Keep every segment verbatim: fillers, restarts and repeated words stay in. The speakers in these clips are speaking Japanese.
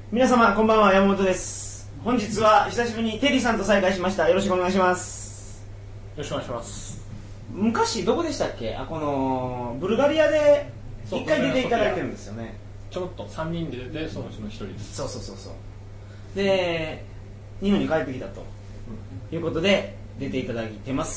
皆様こんばんは、山本です。本日は久しぶりにテリーさんと再会しました。よろしくお願いします。 よろしくお願いします。 昔どこでしたっけ、あこのブルガリアで一回出ていただいてるんですよね。 ちょろっとさんにんで出てそのうちのひとりです。 そうそうそうそうで日本に帰ってきたと、うん、いうことで出ていただいてます。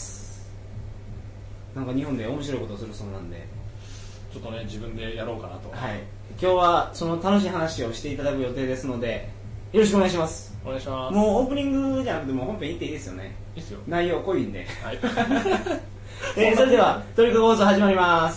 なんか日本で面白いことをするそうなんでちょっとね自分でやろうかなと。 はい、今日はその楽しい話をしていただく予定ですのでよろしくお願いします。 お願いします。 もうオープニングじゃなくてもう本編いっていいですよね。 いいっすよ。 内容濃いんで、 はい。 えー、それではトリカゴ放送始まります。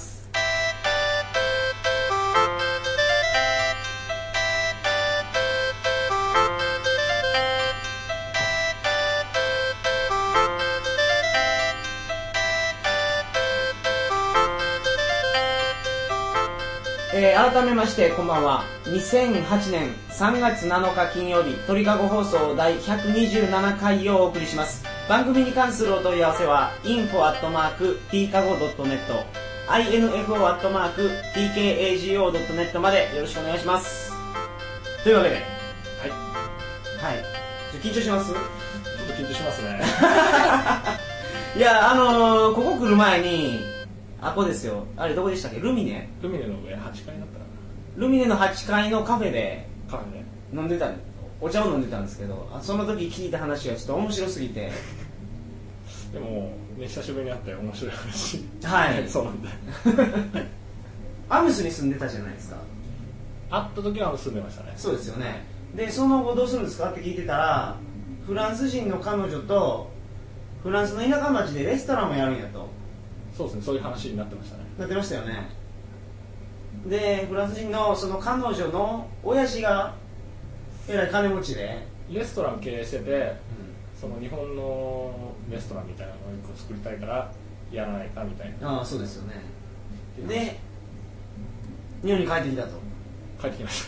えー、改めましてこんばんは。にせんはちねんさんがつなのか金曜日、鳥かご放送第ひゃくにじゅうななかいをお送りします。番組に関するお問い合わせは インフォ アットマーク ティーカゴ ドットネット インフォ アットマーク ティーケーエージーオー ドットネット までよろしくお願いします。というわけで、はいはい、ちょっと緊張します？ ちょっと緊張しますね。 いや、あのー、ここ来る前にあこですよ、あれどこでしたっけ、ルミネルミネの上はちかいだったかな。ルミネのはちかいのカフェでな。カフェね。 飲んでたお茶を飲んでたんですけど、その時聞いた話がちょっと面白すぎてでも、ね、久しぶりに会って面白い話。 はいそうなんだ。 アムスに住んでたじゃないですか。 会った時は住んでましたね。 そうですよね。でその後どうするんですかって聞いてたら、フランス人の彼女とフランスの田舎町でレストランもやるんやと。 そうですね、そういう話になってましたね。 なってましたよね。でフランス人のその彼女の親父がえらい金持ちでレストラン経営してて、うん、その日本のレストランみたいなのを一個作りたいからやらないかみたいな。 ああそうですよね。で日本に帰ってきたと。 帰ってきました。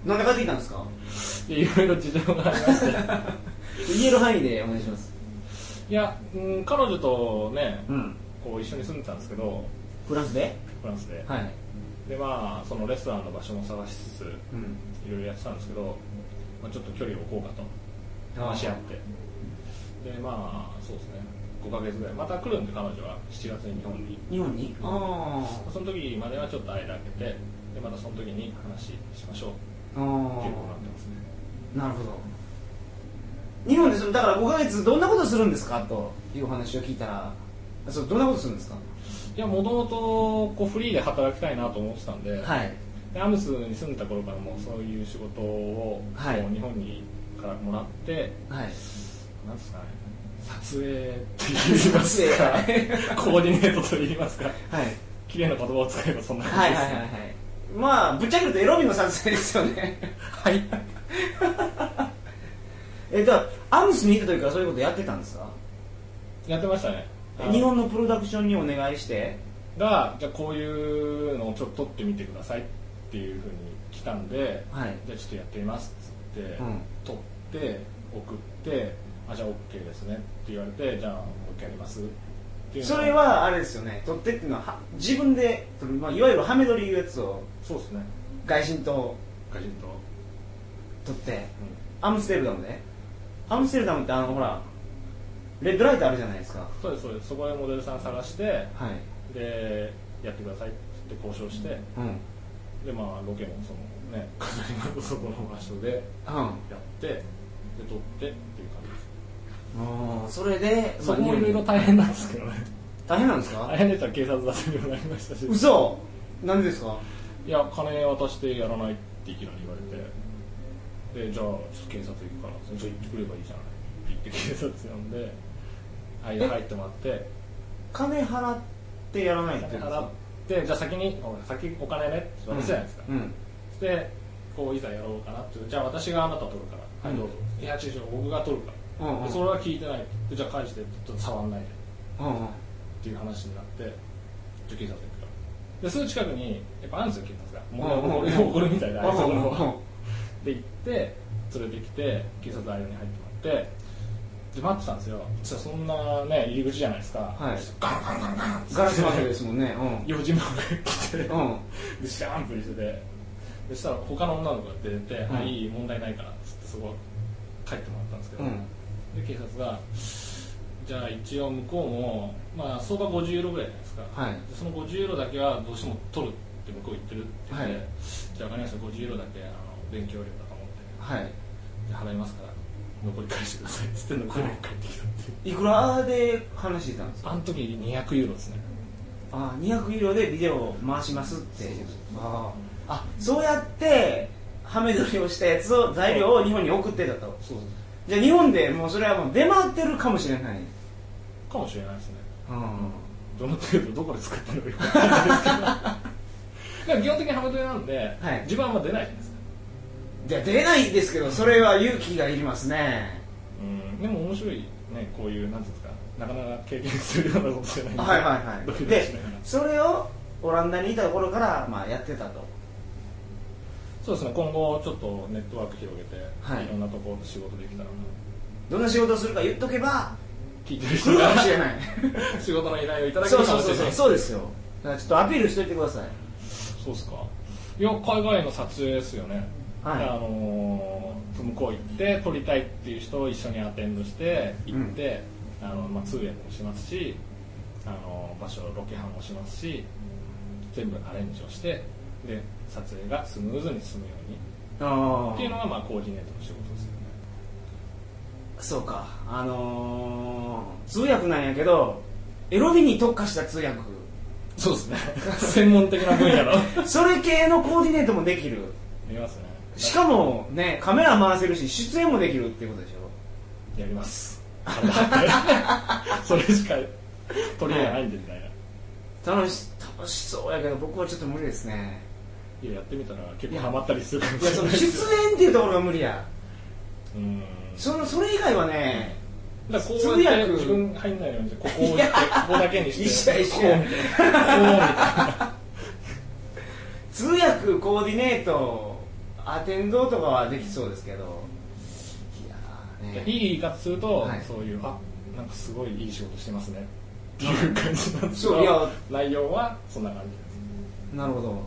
なんで帰ってきたんですか？ いろいろ事情がありまして言える範囲でお願いします。 いや、うん、彼女とね、 うん、 こう一緒に住んでたんですけど、 フランスでフランスで、 はい、でまあそのレストランの場所も探しつつ、うん、いろいろやってたんですけど、まあ、ちょっと距離を置こうかと話し合って、でまあそうですね、ごかげつぐらいまた来るんで、彼女はしちがつに日本に日本に、ああその時まではちょっと間空けて、でまたその時に話しましょうっていうことになってますね。 なるほど。日本でそのだからごかげつどんなことするんですかという話を聞いたら、そうどんなことするんですか？ いや、もともとこうフリーで働きたいなと思ってたんで、 はい、 でアムスに住んでた頃からもうそういう仕事を、はい、日本にからもらって、はい、なんですかね、撮影って言いますかコーディネートと言いますか、はい、綺麗な言葉を使えばそんな感じですね。はいはいはいはい、 まあぶっちゃけるとエロビの撮影ですよね。 はいえじゃあアムスにいた時からそういうことやってたんですか？ やってましたね。 日本のプロダクションにお願いしてが、じゃあこういうのをちょっと撮ってみてくださいっていうふうに来たんで、はい、じゃあちょっとやってみますっつって、うん、撮って送ってあじゃあ OK ですねって言われて、じゃあもう一回やりますっていう。 それはあれですよね、撮ってっていうのは自分で、まあ、いわゆるハメ撮りいうやつをそうですね、 外人と外人と撮って、うん、アムステルダムでアムステルダムってあのほらレッドライトあるじゃないですか。 そうですそうです。そこでモデルさん探して、はい、でやってくださいって交渉して、うん、でまあロケもそのね飾りのそこの場所でやって、うん、で撮ってっていう感じです。 ああ、それでそこもいろいろ大変なんですけどね。 大変なんですか？ 大変でしたら警察出せるようになりましたし。 嘘？なんでですか？いや、金渡してやらないっていきなり言われて、でじゃあちょっと警察行くから、じゃあ行ってくればいいじゃないって言って警察呼んで間入ってもらって、 金払ってやらないって。 金払って、じゃあ先に先お金ねって渡すじゃないですか、うんうん、でこういざやろうかなって、じゃあ私があなた取るから、はい、どうぞ、うん、いや違う違う僕が取るから、うんうん、それは聞いてないで、じゃあ返してちょっと触んないで、うんうん、っていう話になって、じゃあ警察行くからですぐ近くにやっぱあるんですよ、警察がもう怒るみたいな、あいつの方で行って連れてきて警察の間に入ってもらって、で待ってたんですよ。そんなね入り口じゃないですか、はい、ガンガンガンガンガラス窓ですもんね、 うん、用心棒が来て、うん、でシャンプーしてて、 そしたら他の女の子が出てて、うん、あいい問題ないからっつってそこ帰ってもらったんですけど、うん、で警察がじゃあ一応向こうも、まあ、相場ごじゅうユーロぐらいじゃないですか、はい、そのごじゅうユーロだけはどうしても取るって向こう言ってるって言って、はい、じゃあ分かりましたごじゅうユーロだけあの勉強料だと思って、はい、じゃあ払いますから残り返してくださいって言って残り帰ってきたっていう。いくらで話してたんですか？あの時にひゃくユーロですね。 ああ、にひゃくユーロでビデオを回しますっていう。ああ、そうやってハメ撮りをしたやつを材料を日本に送ってたと。そうじゃあ日本でもうそれはもう出回ってるかもしれないかもしれないですね。どの程度どこで作ってるのか分からないですけど基本的にハメ撮りなんで、はい、自分はあんま出ないじゃないですか。 じゃあ出ないですけどそれは勇気がいりますね。 うん、でも面白いね、こういうなんていうんですか、なかなか経験するようなことじゃないんで、 はいはいはい、でそれをオランダにいた頃から、まあ、やってたと。 そうですね、今後ちょっとネットワーク広げて、はい、いろんなところで仕事できたら、 どんな仕事をするか言っとけば聞いてる人がかもしれない仕事の依頼をいただけるかもしれない。そうそうそうそうですよ。 だからちょっとアピールしといてください。 そうですか。いや海外の撮影ですよね。はい、あのー、向こう行って撮りたいっていう人を一緒にアテンドして行って、うん、あのまあ、通訳もしますし、あの場所ロケハンもしますし、全部アレンジをしてで撮影がスムーズに進むようにあっていうのが、まあ、コーディネートの仕事ですよね。 そうか、あのー、通訳なんやけどエロビに特化した通訳。 そうですね専門的な分野のそれ系のコーディネートもできる。 できますね。 しかもね、カメラ回せるし出演もできるっていうことでしょ。 やりますそれしか取り柄ないんでみたいな。楽し楽しそうやけど僕はちょっと無理ですね。 いや、やってみたら結構ハマったりするかもしれない。いや、その出演っていうところが無理や。うん、そのそれ以外はね、 だからこうやって自分入んないようにここをここだけにして一緒一緒や通訳コーディネートアテンドとかはできそうですけど、 いや、ね、いい言い方すると、はい、そういうあなんかすごいいい仕事してますねっていう感じなんですけど、いや内容はそんな感じです。 なるほど。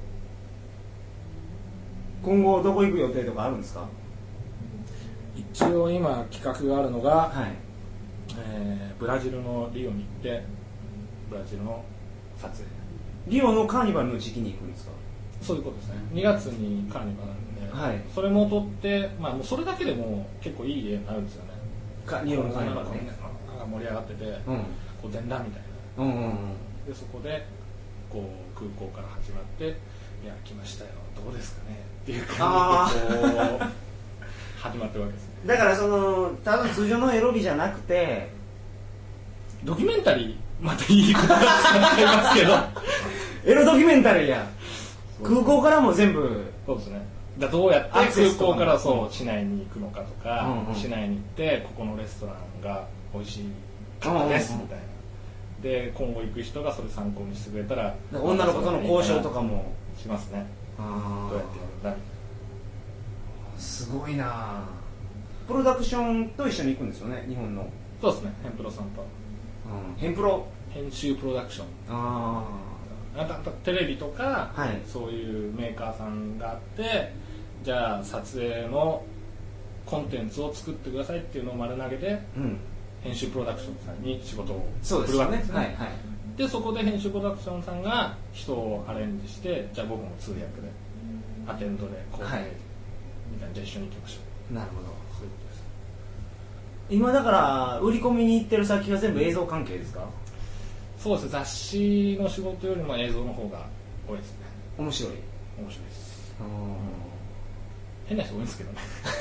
今後どこ行く予定とかあるんですか？ 一応今企画があるのが、はい、えー、ブラジルのリオに行ってブラジルの撮影。 リオのカーニバルの時期に行くんですか？ そういうことですね。にがつにカーニバルなんで、はい、それも撮って、まあ、もうそれだけでも結構いい絵になるんですよね。 リオのカーニバルね、 盛り上がってて、うん、こう全裸みたいな、うんうんうん、でそこでこう空港から始まっていや来ましたよどうですかねっていう感じでこう始まってるわけですね。 だからその多分通常のエロビじゃなくてドキュメンタリーまたいいことが使っていますけどエロドキュメンタリーや空港からも全部そうですね。だどうやって空港からそう市内に行くのかとか、うんうん、市内に行ってここのレストランが美味しかったですみたいな、で今後行く人がそれ参考にしてくれたら女の子との交渉とかもしますね。あどうやってやるんだみたいな。すごいな。プロダクションと一緒に行くんですよね、日本の。 そうですね、ヘンプロさんと、 うん、ヘンプロ編集プロダクション。ああテレビとか、はい、そういうメーカーさんがあってじゃあ撮影のコンテンツを作ってくださいっていうのを丸投げで、うん、編集プロダクションさんに仕事を振るわけですね。はいはい、でそこで編集プロダクションさんが人をアレンジしてじゃあ僕も通訳でアテンドでこう、はい、みたいなじゃあ一緒に行きましょう。 なるほど。そういうことです。今だから売り込みに行ってる先は全部映像関係ですか？ そうですね、雑誌の仕事よりも映像の方が多いですね。 面白い。 面白いです。変な人多いんですけどね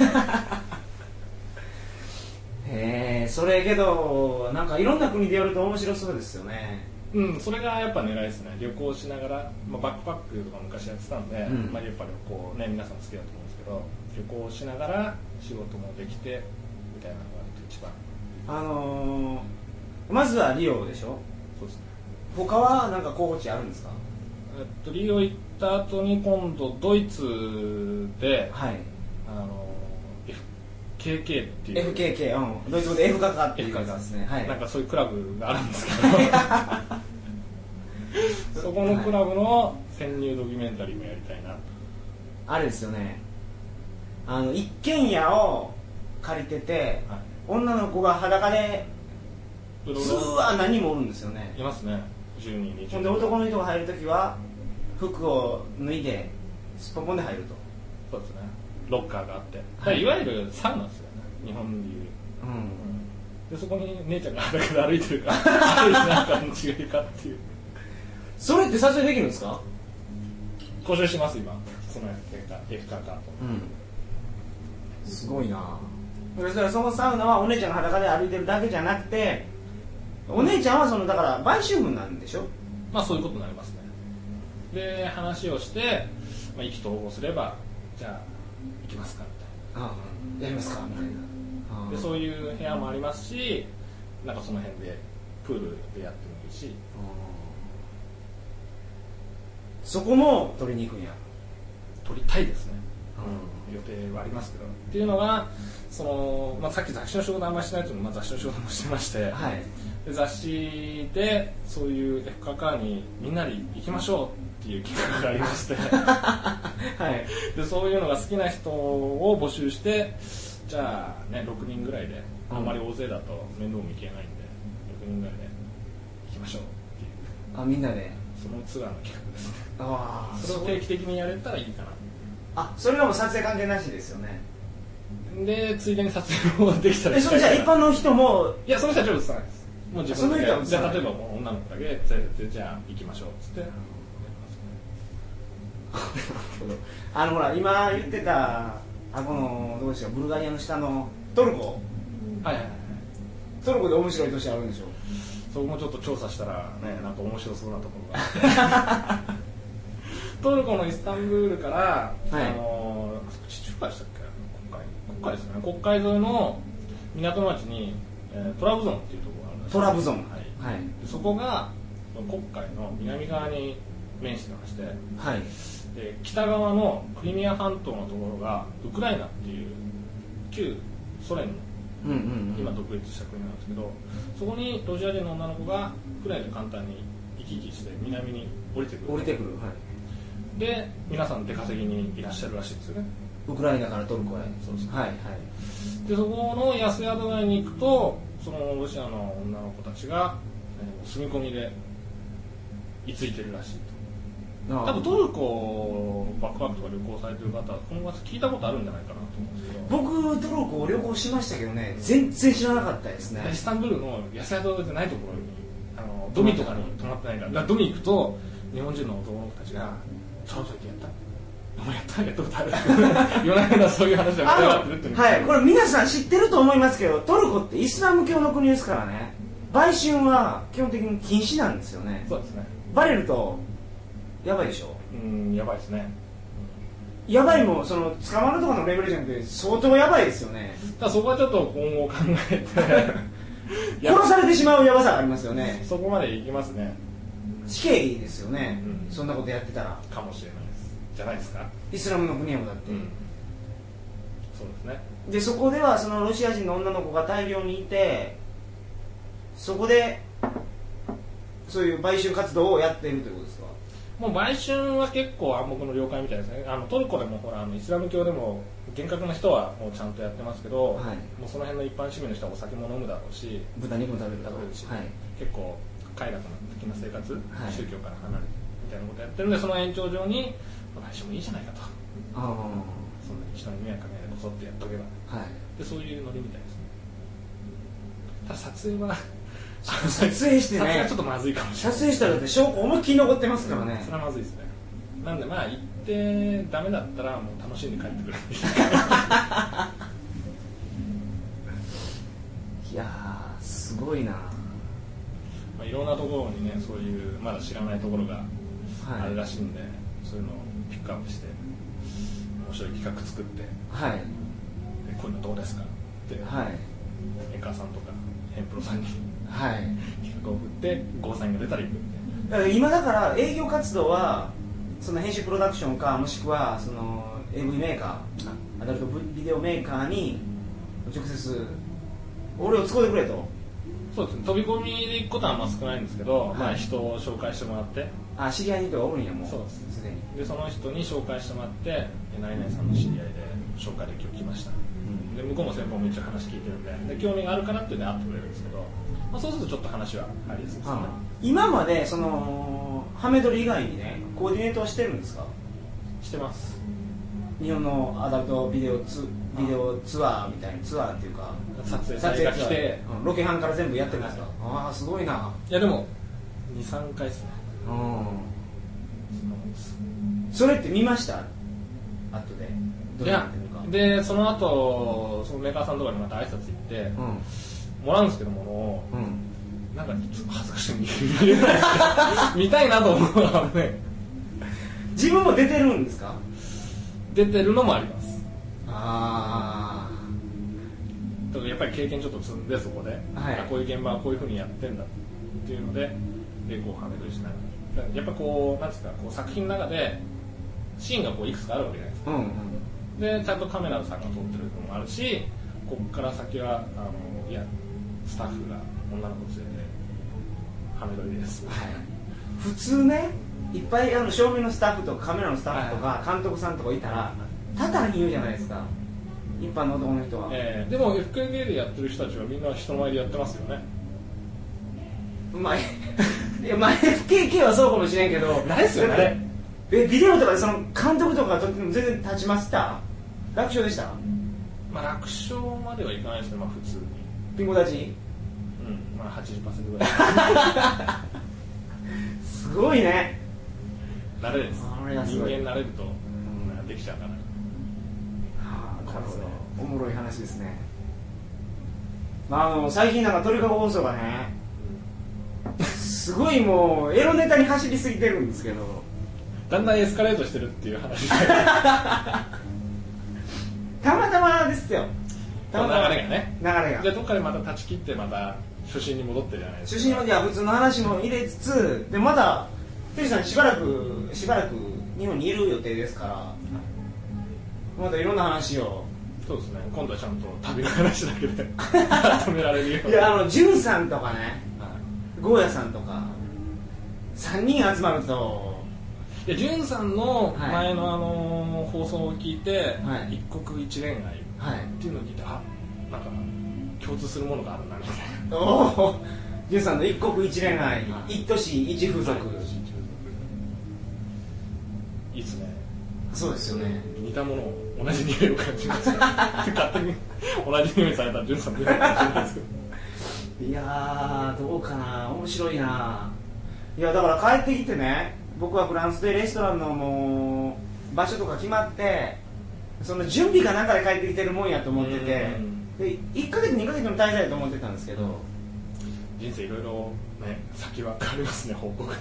へえ、それけどなんかいろんな国でやると面白そうですよね。 うん、それがやっぱ狙いですね。旅行しながら、まあ、バックパックとか昔やってたんで、うん、まあ、やっぱり旅行ね皆さん好きだと思うんですけど旅行しながら仕事もできてみたいなのが一番。 あのー、まずはリオでしょ。 そうですね。 他は何か候補地あるんですか？ えっと、リオ行った後に今度ドイツで、はい、あの エフケーケー っていうエフケーケー、うん、ドイツ語で F カカっていうかですね、はい、 なんかそういうクラブがあるんですけどそこのクラブの潜入ドキュメンタリーもやりたいな。 あれですよね、あの一軒家を借りてて、はい、女の子が裸でずーわ何人もおるんですよね。 いますね、じゅうにんにじゅうにん。 ほんで男の人が入るときは服を脱いですっぽんぽんで入ると。 そうですね、ロッカーがあって、はい、いわゆるサウナですよね、日本でいう、うんうん、でそこに姉ちゃんが裸で歩いてるか歩いてないかの違いかっていう。 それって撮影できるんですか？ 交渉します今、その結果エフカーカーと、 うん、すごいな。そのサウナはお姉ちゃんが裸で歩いてるだけじゃなくて、お姉ちゃんはそのだから売春婦なんでしょ？ まあそういうことになりますね。で話をして、まあ、意気投合すればじゃあ行きますかみたいな、ああやりますかみたいな。でそういう部屋もありますし、なんかその辺でプールでやってもいいし、 そこも取りに行くんや。 取りたいですね、うん、予定はありますけどっていうのがその、まあ、さっき雑誌の仕事あんまりしてないというのも、まあ、雑誌の仕事もしてまして、はい、で雑誌でそういうエフカーカーにみんなで行きましょうっていう企画がありまして、はい、でそういうのが好きな人を募集して、じゃあねろくにんぐらいで、あんまり大勢だと面倒見きれないんでろくにんぐらいで行きましょうっていう、 あみんなでそのツアーの企画ですね。 あそれを定期的にやれたらいいかな。 あ、それはもう撮影関係なしですよね。 でついでに撮影もできたらいい。 え、それじゃあ一般の人も、 いやその人はちょっと映さないです。もう自分でじゃあ例えばもう女の子だけ連れてってじゃあ行きましょうっつってあのほら今言ってたあこのどうでしょう、ブルガリアの下のトルコ、 はいはいはい、 トルコで面白い都市あるんでしょう。 そこもちょっと調査したらね、なんか面白そうなところがトルコのイスタンブールから、はい、あの地中海でしたっけ、国海国海ですね、国海沿いの港町に、えー、トラブゾンっていうところがあるんです。 トラブゾン、 はいはい、でそこが国海の南側に面してまして、はい、で北側のクリミア半島のところがウクライナっていう旧ソ連の、うんうんうん、今独立した国なんですけど、そこにロシア人の女の子が船で簡単に行き来して南に降りてくる降りてくる、はい、 で皆さん出稼ぎにいらっしゃるらしいですよね、 ウクライナからトルコへ。 そうですね、 はいはい、 でそこの安宿街に行くとそのロシアの女の子たちが、えー、住み込みで居ついてるらしいと。多分トルコをバックパックとか旅行されてる方はこの話聞いたことあるんじゃないかなと思うんですけど、僕トルコを旅行しましたけどね、全然知らなかったですね。 イスタンブールの安宿じゃないところにあのドミとかに泊まってないから、だからドミ行くと日本人の男の子たちがちょうど行けやったお前やったやったことある夜な夜なそういう話が盛り上がってるっていう。 はい、これ皆さん知ってると思いますけど、トルコってイスラム教の国ですからね、売春は基本的に禁止なんですよね。 そうですね、 バレるとやばいでしょ。 うんやばいですね、 うん、やばいもその捕まるとかのレベルじゃなくて相当やばいですよね。 だからそこはちょっと今後考えて殺されてしまうやばさがありますよね。 そこまでいきますね。 死刑ですよね、うん、そんなことやってたらかもしれないですじゃないですか。 イスラムの国やもだって、うん、 そうですね。 でそこではそのロシア人の女の子が大量にいて、そこでそういう売春活動をやっているということですか。 もう売春は結構暗黙の了解みたいですね。あのトルコでもほらあのイスラム教でも厳格な人はもうちゃんとやってますけど、はい、もうその辺の一般市民の人はお酒も飲むだろうし、 豚肉も食べるだろうし、はい、結構快楽な的な生活、はい、宗教から離れてみたいなことやってるんで、その延長上に売春もいいじゃないかと。あそんなに人に迷惑かけないでこそってやっとけば、はい、でそういうノリみたいですね。ただ撮影は撮影してね、 ちょっとまずいかもしれない。 撮影したらだって証拠思いっきり残ってますからね、 うん、それはまずいですね。なんでまあ行ってダメだったらもう楽しんで帰ってくるいやーすごいな、まあ、いろんなところにねそういうまだ知らないところがあるらしいんで、はい、そういうのをピックアップして面白い企画作って、はい、でこういうのどうですかって、はい、メーカーさんとかヘンプロさんにはい、企画を送ってゴーサインが出たら行くみたいな。 今だから営業活動はその編集プロダクションかもしくはその エーブイ メーカー、アダルトビデオメーカーに直接俺を使ってくれとそうですね、飛び込みで行くことはあんま少ないんですけど、はい、まあ、人を紹介してもらって、 あ、知り合いに人がおるんやもう。 そうです、 すでに。 でその人に紹介してもらって、何々さんの知り合いで紹介で今日来ました、うん、で向こうも先方も一応話聞いてるんで、で興味があるからっていうので会ってくれるんですけど、まあ、そうするとちょっと話はありやすいですね。 今までそのハメ撮り以外にね、コーディネートはしてるんですか？ してます。 日本のアダルトビデオツビデオツアーみたいな、ツアーっていうか撮影隊が来て、 うん、ロケハンから全部やってるんですか？はい、ああ、すごいな。 いやでも にさんかいですね。うん、 それって見ました？後でどうなってるか。でその後そのメーカーさんとかにまた挨拶行って、うん、もらうんですけどもの、うん、なんかちょっと恥ずかしい見れないですけど見たいなと思うのはね。 自分も出てるんですか？ 出てるのもあります。 ああ。 だからやっぱり経験ちょっと積んで、そこで、はい、こういう現場はこういうふうにやってんだっていうので、でこうはめ撮りしながら、やっぱこうなんですか、こう作品の中でシーンがこういくつかあるわけじゃないですか。うんうん、でちゃんとカメラさんが撮ってるのもあるし、ここから先はあのいやスタッフが女の子連れてはめ撮りです。はい、 普通ね。いっぱいあの照明のスタッフとかカメラのスタッフとか監督さんとかいたらただに言うじゃないですか、一般の男の人は、 えー、でも エフケーケー でやってる人たちはみんな人前でやってますよね。 まあ、いや、まあ エフケーケー はそうかもしれんけど、 ないですよね。 えビデオとかでその監督とか撮っても全然立ちました？楽勝でした？ まあ楽勝まではいかないですね、まあ普通に。 ピンコ立ち？ うん、まあ はちじゅっパーセント ぐらい。 すごいね。 慣れです。人間慣れると、うん、できちゃうから。はあ、なるほど。おもろい話ですね。まあ、あの最近なんか鳥かご放送がね、うん、すごいもうエロネタに走りすぎてるんですけど、 だんだんエスカレートしてるっていう話。 たまたまですよ。 たまたま流れがね。 流れが。 でどっかでまた断ち切ってまた初心に戻ってるじゃないですか。 初心には普通の話も入れつつ、でまだテリーさんしばらくしばらく日本にいる予定ですから、またいろんな話を。 そうですね。今度はちゃんと旅の話だけで止められるように。 いや、あのジュンさんとかね、ゴーヤさんとかさんにん集まると。 いや、ジュンさんの前のあの放送を聞いて、はい、一国一恋愛っていうのを聞いて、あ、なんか共通するものがあるなみたいな。 おお、ジュンさんの一国一恋愛、はい、一都市一風俗。 いいですね。 そうですよね。 似たものを同じ匂いを感じます。勝手に同じ匂いされたらジュンさんの匂いかもしれないですけど。いやー、どうかな、面白いな。いや、だから帰ってきてね、僕はフランスでレストランのもう場所とか決まって、その準備が中で帰ってきてるもんやと思ってて、でいっかげつにかげつの滞在だと思ってたんですけど、 人生いろいろね、先は変わりますね、方向が。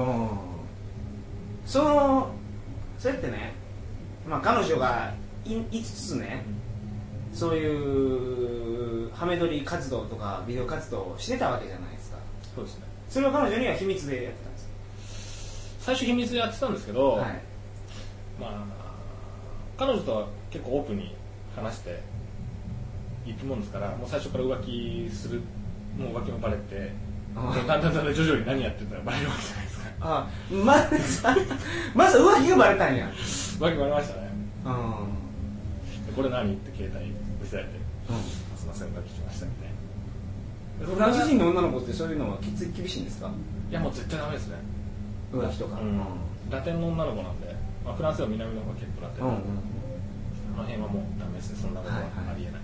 そのそれってね、まあ、彼女が い, いつつね、そういうハメ撮り活動とかビデオ活動をしてたわけじゃないですか。 そうですね。 それは彼女には秘密でやってたんですか？ 最初秘密でやってたんですけど、はい、まあ彼女とは結構オープンに話していくもんですから、もう最初から浮気する、もう浮気もバレて、だんだんだんだん徐々に何やってたらバレるわけじゃないですか。 ああ、まずまず浮気がバレたんや。 浮気バレましたね。うん、これ何って携帯見せられて、うん、すいません、浮気しましたみたいな。 フランス人の女の子ってそういうのはきつい厳しいんですか？ いや、もう絶対ダメですね、 浮気とか、うん、 ラテンの女の子なんで、まあ、フランスでは南の方が結構ラテンなんで、うんうん、あの辺はもうダメですね、そんなことはありえない、はいはい、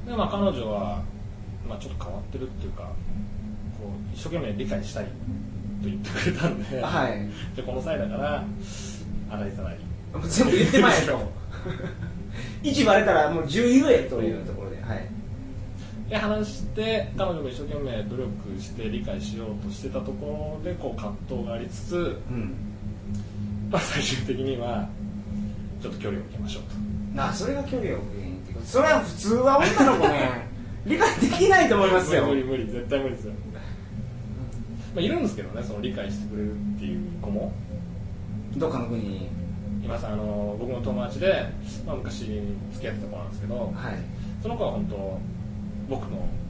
でまあ彼女は、まあ、ちょっと変わってるっていうか、こう一生懸命理解したいと言ってくれたんで、はい、じゃこの際だから洗いざらい全部言ってまえといちバレたらもうじゅう言えというところで、はい、 で話して彼女も一生懸命努力して理解しようとしてたところでこう葛藤がありつつ、うん、まあ、最終的にはちょっと距離を置きましょうと。 あ、それが距離を置く原因ってこと。それは普通は女の子ね理解できないと思いますよ。 無理無理無理、絶対無理ですよ。まあ、いるんですけどね、その理解してくれるっていう子もどっかの国にいます。あの僕の友達で、まあ、昔付き合ってた子なんですけど、はい、その子は本当僕の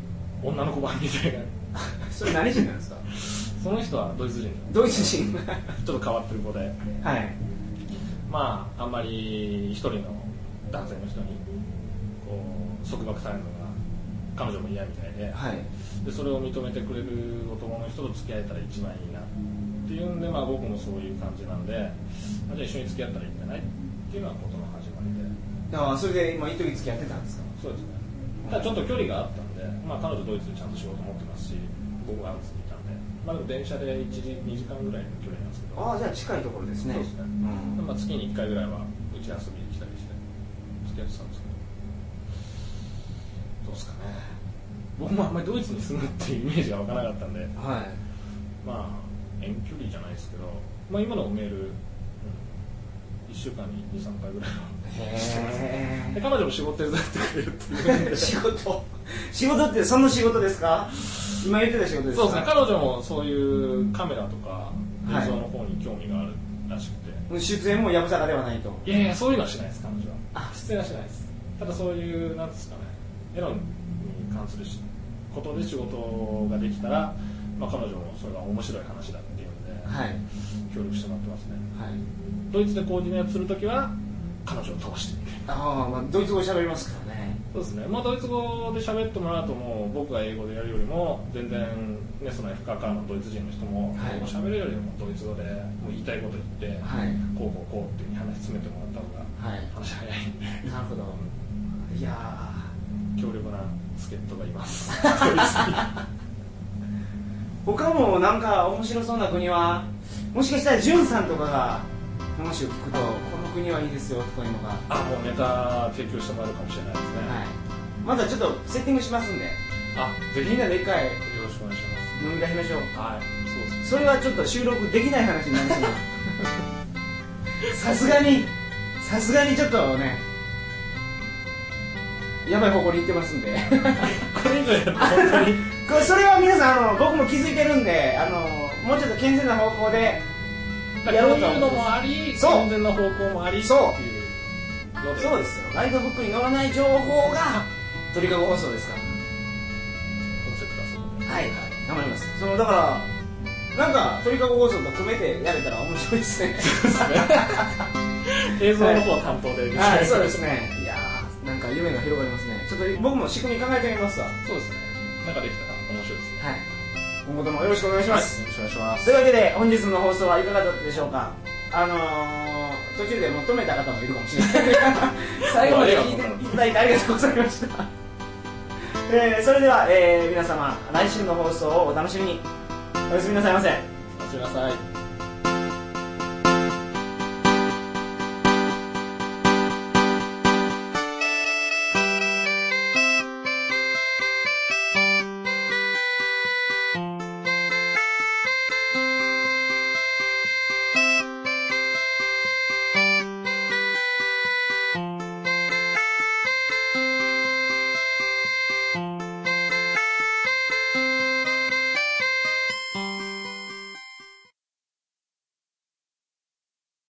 女の子版みたいなそれ何人なんですか？ その人はドイツ人ドイツ人ちょっと変わってる子で、 はい、 まああんまり一人の男性の人にこう束縛されるのが彼女も嫌みたいで、はい、でそれを認めてくれる男の人と付き合えたら一番いいなっていうんで、まあ、僕もそういう感じなんで、じゃあ一緒に付き合ったらいいんじゃないっていうのがことの始まりで、 ああ、それで今一時付き合ってたんですか？ そうですね。ただちょっと距離があったんで、まあ、彼女ドイツでちゃんと仕事持ってますし、僕はアルプスにいたんで、まあ、でも電車でいちじにじかんぐらいの距離なんですけど。 ああ、じゃあ近いところですね。 そうですね、うん、まあ、月にいっかいぐらいはうち遊びに来たりして付き合ってたんですけど、どうですかね。僕もあんまりドイツに住むっていうイメージが湧かなかったんで、はい、まあ遠距離じゃないですけど、まあ、今のメール、うん、いっしゅうかんににさんかいぐらいはしてますね。で彼女も仕事手伝ってくれるっていう仕事仕事ってその仕事ですか？今言ってた仕事ですか？ そうですね。彼女もそういうカメラとか映像の方に興味があるらしくて、 はい、出演もやぶさかではないと。 いやいや、そういうのはしないです。彼女はあ出演はしないです。ただそういうなんですかね、エロに関することで仕事ができたら、まあ、彼女もそれは面白い話だっていうんで、はい、協力してもらってますね、はい、ドイツでコーディネートするときは彼女を通してみる。 あ、まあ、ドイツ語喋りますからね。 そうですね、まあ、ドイツ語で喋ってもらうともう僕が英語でやるよりも全然、ね、その エフカー からのドイツ人の人も英語喋るよりもドイツ語でもう言いたいこと言って、はい、こうこうこうっていうふうに話詰めてもらった方が話早いんで、はい、 なるほど。いや強力な助っ人がいます他もなんか面白そうな国は、もしかしたらジュンさんとかが話を聞くと、この国はいいですよとかいうのが、 あ、もうネタ提供してもらえるかもしれないですね、はい、 まだちょっとセッティングしますんで、 あ、ぜひみんなで一回よろしくお願いします。 飲み会しましょう。 はい、そうです。 それはちょっと収録できない話になりますがさすがにさすがにちょっとね、やばい方向に行ってますんでこれ以上やったら本当にこれそれは皆さん、あの僕も気づいてるんで、あのもうちょっと健全な方向でやろうというのもあり、健全な方向もありっていう。 そうですよ。ガイドブックに載らない情報が鳥かご放送ですから。 コンセプトはそうで、 はいはい、頑張ります。そのだからなんか鳥かご放送と組めてやれたら面白いですね。 映像の方担当で、 はいはい、そうですね。いやー、なんか夢が広がりますね。ちょっと僕も仕組み考えてみますわ。 そうですね。なんかできたら面白いですね。はい。 今後ともよろしくお願いします。 はい、よろしくお願いします。 というわけで本日の放送はいかがだったでしょうか。あのー、途中で求めた方もいるかもしれない最後まで聞いていただいてありがとうございました、えー、それでは、えー、皆様来週の放送をお楽しみに。おやすみなさいませ。 おやすみなさい。